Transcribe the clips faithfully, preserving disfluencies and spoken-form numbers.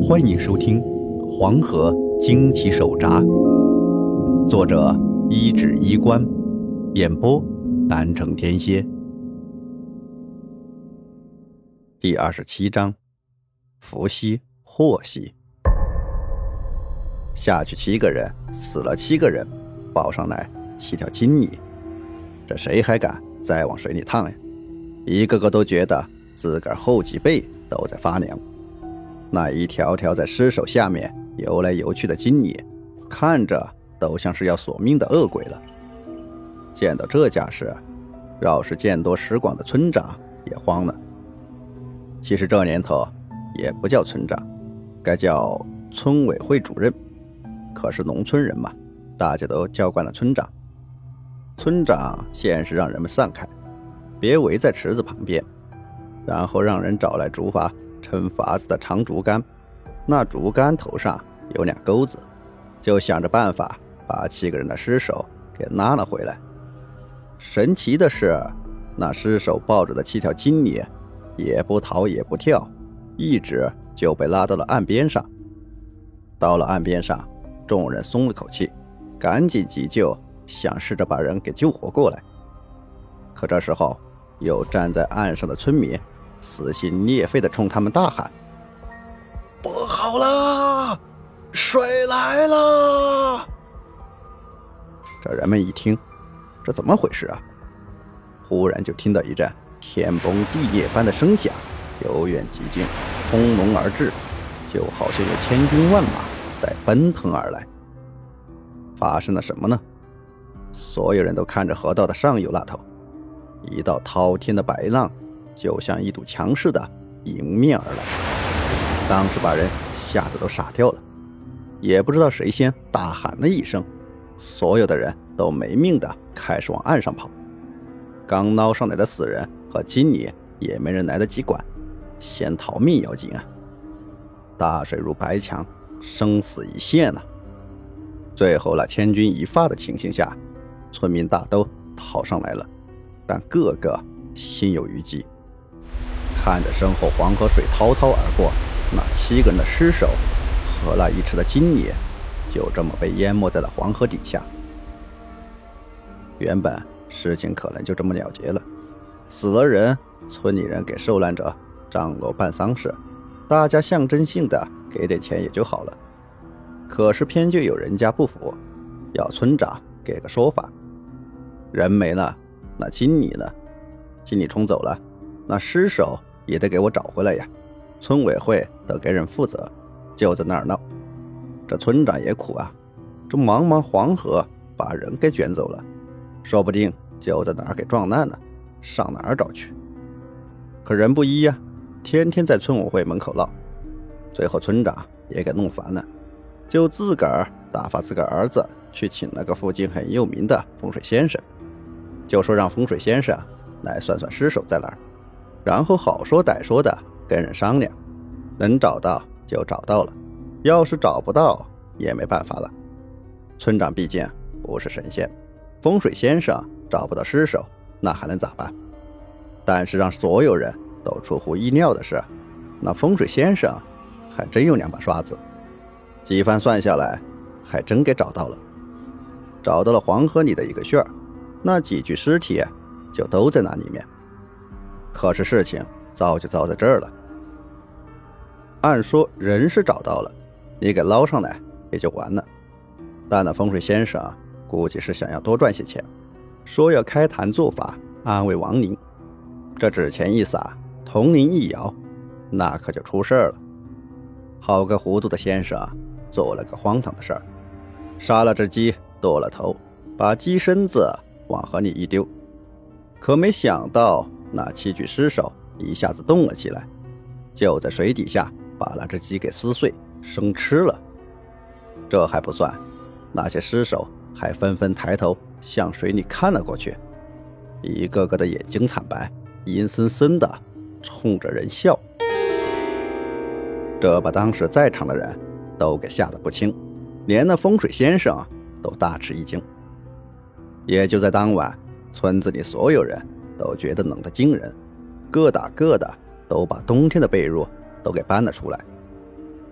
欢迎收听《黄河惊奇手札》，作者一指衣冠，演播南城天蝎。第二十七章，伏羲祸兮。下去七个人，死了七个人，抱上来七条金泥，这谁还敢再往水里烫呀？一个个都觉得自个儿后脊背都在发凉。那一条条在尸首下面游来游去的金泥，看着都像是要索命的恶鬼了。见到这架势，饶是见多识广的村长也慌了。其实这年头也不叫村长，该叫村委会主任。可是农村人嘛，大家都叫惯了村长。村长先是让人们散开，别围在池子旁边，然后让人找来竹筏抻筏子的长竹竿，那竹竿头上有两钩子，就想着办法把七个人的尸首给拉了回来。神奇的是，那尸首抱着的七条金泥也不逃也不跳，一直就被拉到了岸边上。到了岸边上，众人松了口气，赶紧急救，想试着把人给救活过来。可这时候，有站在岸上的村民撕心裂肺地冲他们大喊：不好了，水来了！这人们一听，这怎么回事啊？忽然就听到一阵天崩地裂般的声响由远及近，轰隆而至，就好像有千军万马在奔腾而来。发生了什么呢？所有人都看着河道的上游那头，一道滔天的白浪就像一堵墙似的迎面而来，当时把人吓得都傻掉了。也不知道谁先大喊了一声，所有的人都没命的开始往岸上跑。刚捞上来的死人和金泥也没人来得及管，先逃命要紧啊！大水如白墙，生死一线啊！最后那千钧一发的情形下，村民大都逃上来了，但个个心有余悸。看着身后黄河水滔滔而过，那七个人的尸首和那一池的金泥就这么被淹没在了黄河底下。原本事情可能就这么了结了，死了人，村里人给受难者张罗办丧事，大家象征性的给点钱也就好了。可是偏就有人家不服，要村长给个说法。人没了，那金泥呢？金泥冲走了，那尸首也得给我找回来呀！村委会得给人负责，就在那儿闹。这村长也苦啊，这茫茫黄河把人给卷走了，说不定就在哪儿给撞烂了，上哪儿找去？可人不依呀，天天在村委会门口闹，最后村长也给弄烦了，就自个儿打发自个儿子去请了个附近很有名的风水先生，就说让风水先生来算算尸首在哪儿，然后好说歹说的跟人商量，能找到就找到了，要是找不到也没办法了。村长毕竟不是神仙，风水先生找不到尸首，那还能咋办？但是让所有人都出乎意料的是，那风水先生还真有两把刷子，几番算下来，还真给找到了。找到了黄河里的一个穴儿，那几具尸体就都在那里面。可是事情早就糟在这儿了。按说人是找到了，你给捞上来也就完了，但那风水先生估计是想要多赚些钱，说要开坛做法安慰亡灵。这纸钱一撒，铜铃一摇，那可就出事儿了。好个糊涂的先生，做了个荒唐的事儿，杀了只鸡，剁了头，把鸡身子往河里一丢。可没想到那七具尸首一下子动了起来，就在水底下把那只鸡给撕碎生吃了。这还不算，那些尸首还纷纷抬头向水里看了过去，一个个的眼睛惨白，阴森森的冲着人笑。这把当时在场的人都给吓得不轻，连那风水先生都大吃一惊。也就在当晚，村子里所有人都觉得冷得惊人，个打个的都把冬天的被褥都给搬了出来。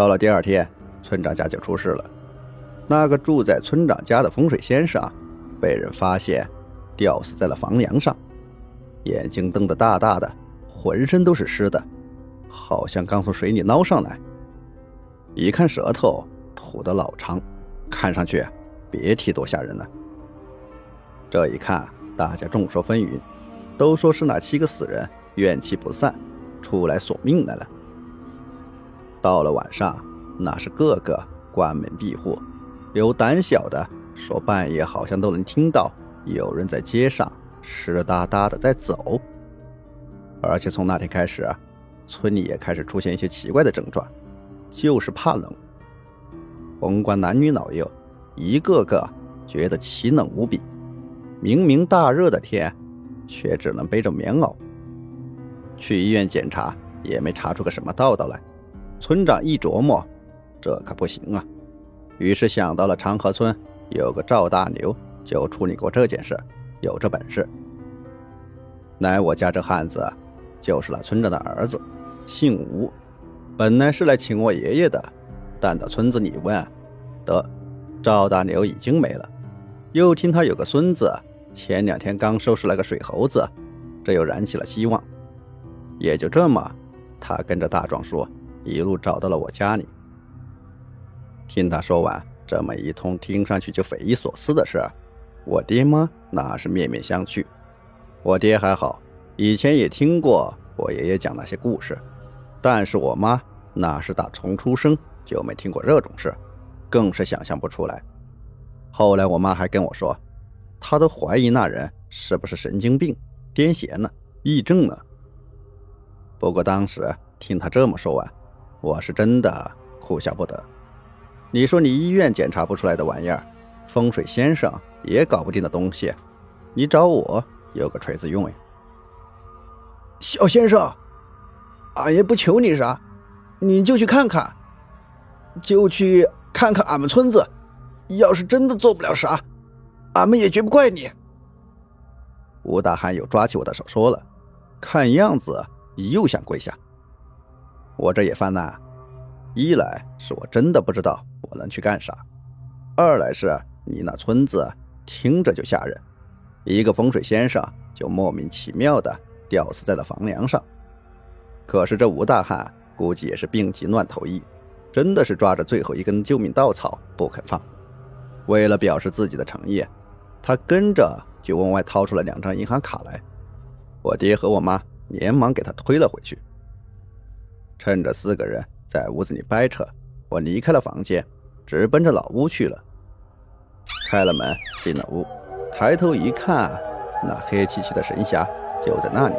到了第二天，村长家就出事了。那个住在村长家的风水先生被人发现吊死在了房梁上，眼睛瞪得大大的，浑身都是湿的，好像刚从水里捞上来。一看舌头吐得老长，看上去别提多吓人了。这一看，大家众说纷纭，都说是那七个死人怨气不散，出来索命来了。到了晚上，那是个个关门闭户，有胆小的说半夜好像都能听到有人在街上湿哒哒的在走。而且从那天开始，村里也开始出现一些奇怪的症状，就是怕冷。甭管男女老幼，一个个觉得奇冷无比，明明大热的天，却只能背着棉袄。去医院检查也没查出个什么道道来。村长一琢磨，这可不行啊，于是想到了长河村有个赵大牛，就处理过这件事，有这本事。乃我家这汉子就是那村长的儿子，姓吴，本来是来请我爷爷的，但到村子里问，得赵大牛已经没了。又听他有个孙子前两天刚收拾了个水猴子，这又燃起了希望。也就这么，他跟着大壮叔一路找到了我家里。听他说完这么一通听上去就匪夷所思的事，我爹妈那是面面相觑。我爹还好，以前也听过我爷爷讲那些故事，但是我妈那是打从出生就没听过这种事，更是想象不出来。后来我妈还跟我说，她都怀疑那人是不是神经病、癫痫呢、癔症呢。不过当时听她这么说完，我是真的哭笑不得。你说你医院检查不出来的玩意儿，风水先生也搞不定的东西，你找我有个锤子用呀。 小先生，俺也不求你啥，你就去看看，就去看看俺们村子，要是真的做不了啥，俺们也绝不怪你。 吴大汉又抓起我的手说了，看样子又想跪下。我这也犯难，一来是我真的不知道我能去干啥，二来是你那村子听着就吓人，一个风水先生就莫名其妙的吊死在了房梁上。可是这吴大汉估计也是病急乱投医，真的是抓着最后一根救命稻草不肯放。为了表示自己的诚意，他跟着就往外掏出了两张银行卡来，我爹和我妈连忙给他推了回去。趁着四个人在屋子里掰扯，我离开了房间，直奔着老屋去了。开了门进了屋，抬头一看，那黑漆漆的神匣就在那里。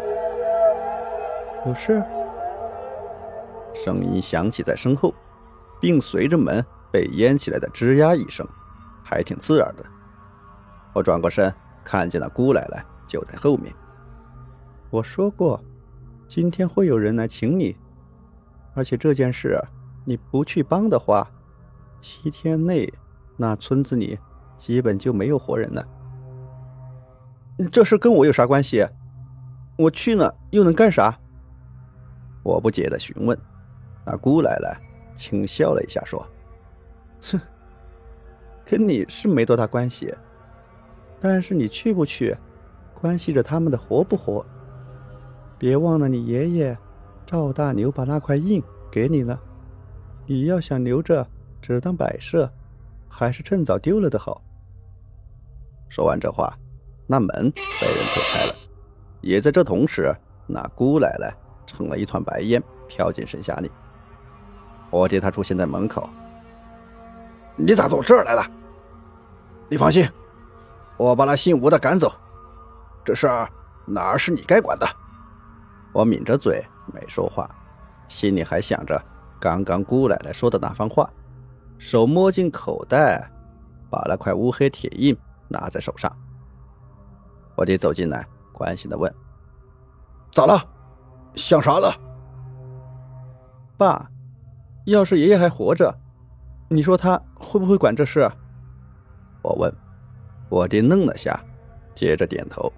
有事？声音响起在身后，并随着门被淹起来的吱呀一声，还挺刺耳的。我转过身，看见了姑奶奶就在后面。我说过，今天会有人来请你，而且这件事你不去帮的话，七天内那村子里基本就没有活人了。这事跟我有啥关系？我去了又能干啥？我不解地询问。那姑奶奶轻笑了一下说，哼，跟你是没多大关系，但是你去不去关系着他们的活不活。别忘了你爷爷赵大牛把那块印给你了，你要想留着只当摆设，还是趁早丢了的好。说完这话，那门被人推开了，也在这同时，那姑奶奶成了一团白烟飘进神匣里。我爹他出现在门口。 你咋走这儿来了？你放心，我把那姓吴的赶走，这事儿哪是你该管的。 我抿着嘴没说话，心里还想着刚刚姑奶奶说的那番话，手摸进口袋，把那块乌黑铁印拿在手上。我爹走进来，关心地问， 咋了？想啥了？ 爸，要是爷爷还活着，你说他会不会管这事？我问。我爹愣了下，接着点头。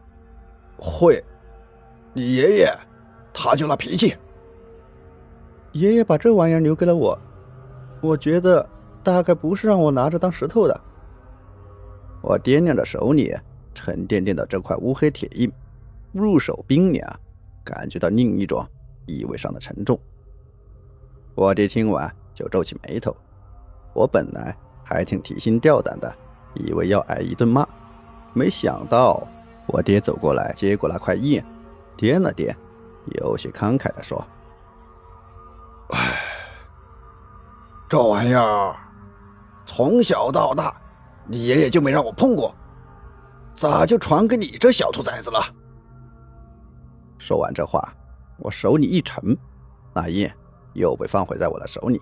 会，你爷爷他就那脾气。 爷爷把这玩意儿留给了我，我觉得大概不是让我拿着当石头的。 我掂量着手里沉甸甸的这块乌黑铁印，入手冰凉，感觉到另一种意味上的沉重。我爹听完就皱起眉头，我本来还挺提心吊胆的，以为要挨一顿骂，没想到我爹走过来接过那块印，掂了掂，有些慷慨地说： 唉，这玩意儿从小到大你爷爷就没让我碰过，咋就传给你这小兔崽子了？ 说完这话，我手里一沉，那印又被放回在我的手里。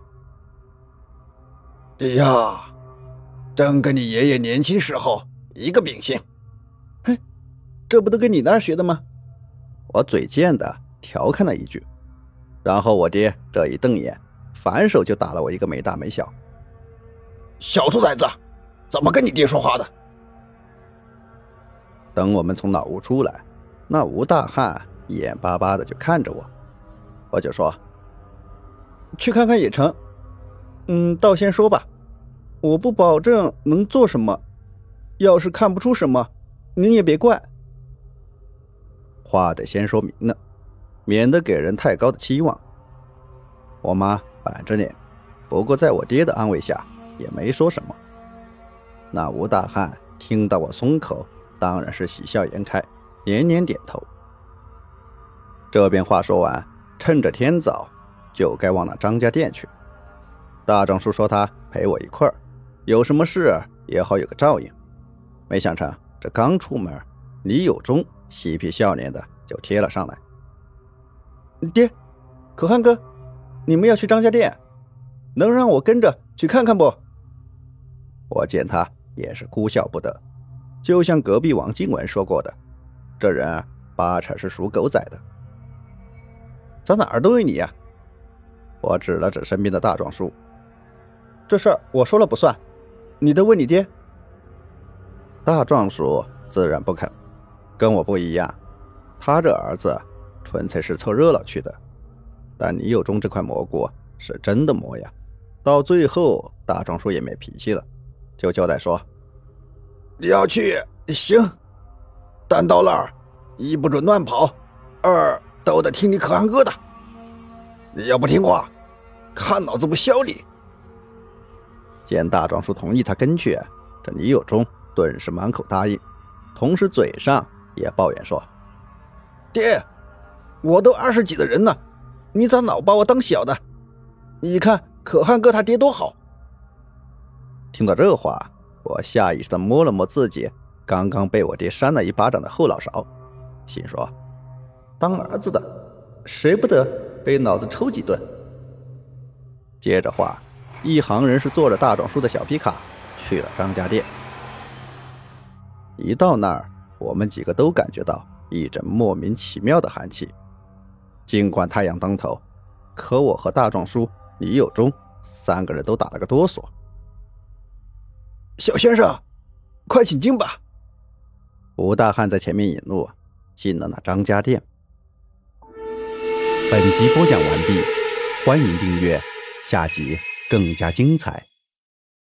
哎呀，真跟你爷爷年轻时候一个秉性。嘿，这不都跟你那儿学的吗？ 我嘴贱的调侃了一句，然后我爹这一瞪眼，反手就打了我一个没大没小。 小兔崽子，怎么跟你爹说话的？ 等我们从老屋出来，那吴大汉眼巴巴的就看着我，我就说： 去看看也成，嗯，倒先说吧，我不保证能做什么，要是看不出什么，您也别怪。 话得先说明了，免得给人太高的期望。我妈板着脸，不过在我爹的安慰下也没说什么。那吴大汉听到我松口，当然是喜笑颜开，连连点头。这边话说完，趁着天早就该往那张家店去。大壮叔说他陪我一块儿，有什么事也好有个照应。没想成这刚出门，李有忠嬉皮笑脸的就贴了上来： 爹，可汗哥，你们要去张家店，能让我跟着去看看不？ 我见他也是哭笑不得，就像隔壁王静文说过的，这人八成是属狗仔的。 咱哪儿都有你呀、啊！ 我指了指身边的大壮叔， 这事儿我说了不算，你得问你爹。 大壮叔自然不肯，跟我不一样，他这儿子纯粹是凑热闹去的。但李有忠这块蘑菇是真的蘑呀，到最后大壮叔也没脾气了，就交代说： 你要去行，但到那儿一不准乱跑，二都得听你可汗哥的。你要不听话，看老子不削你！ 见大壮叔同意他跟去，这李有忠顿时满口答应，同时嘴上也抱怨说： 爹，我都二十几的人了，你咋老把我当小的？你看可汗哥他爹多好。 听到这话，我下意识地摸了摸自己刚刚被我爹扇了一巴掌的后脑勺，心说：当儿子的谁不得被老子抽几顿？接着话，一行人是坐着大壮叔的小皮卡去了张家店。一到那儿，我们几个都感觉到一阵莫名其妙的寒气。尽管太阳当头，可我和大壮叔、李有忠三个人都打了个哆嗦。 小先生，快请进吧。 吴大汉在前面引路，进了那张家店。本集播讲完毕，欢迎订阅，下集更加精彩。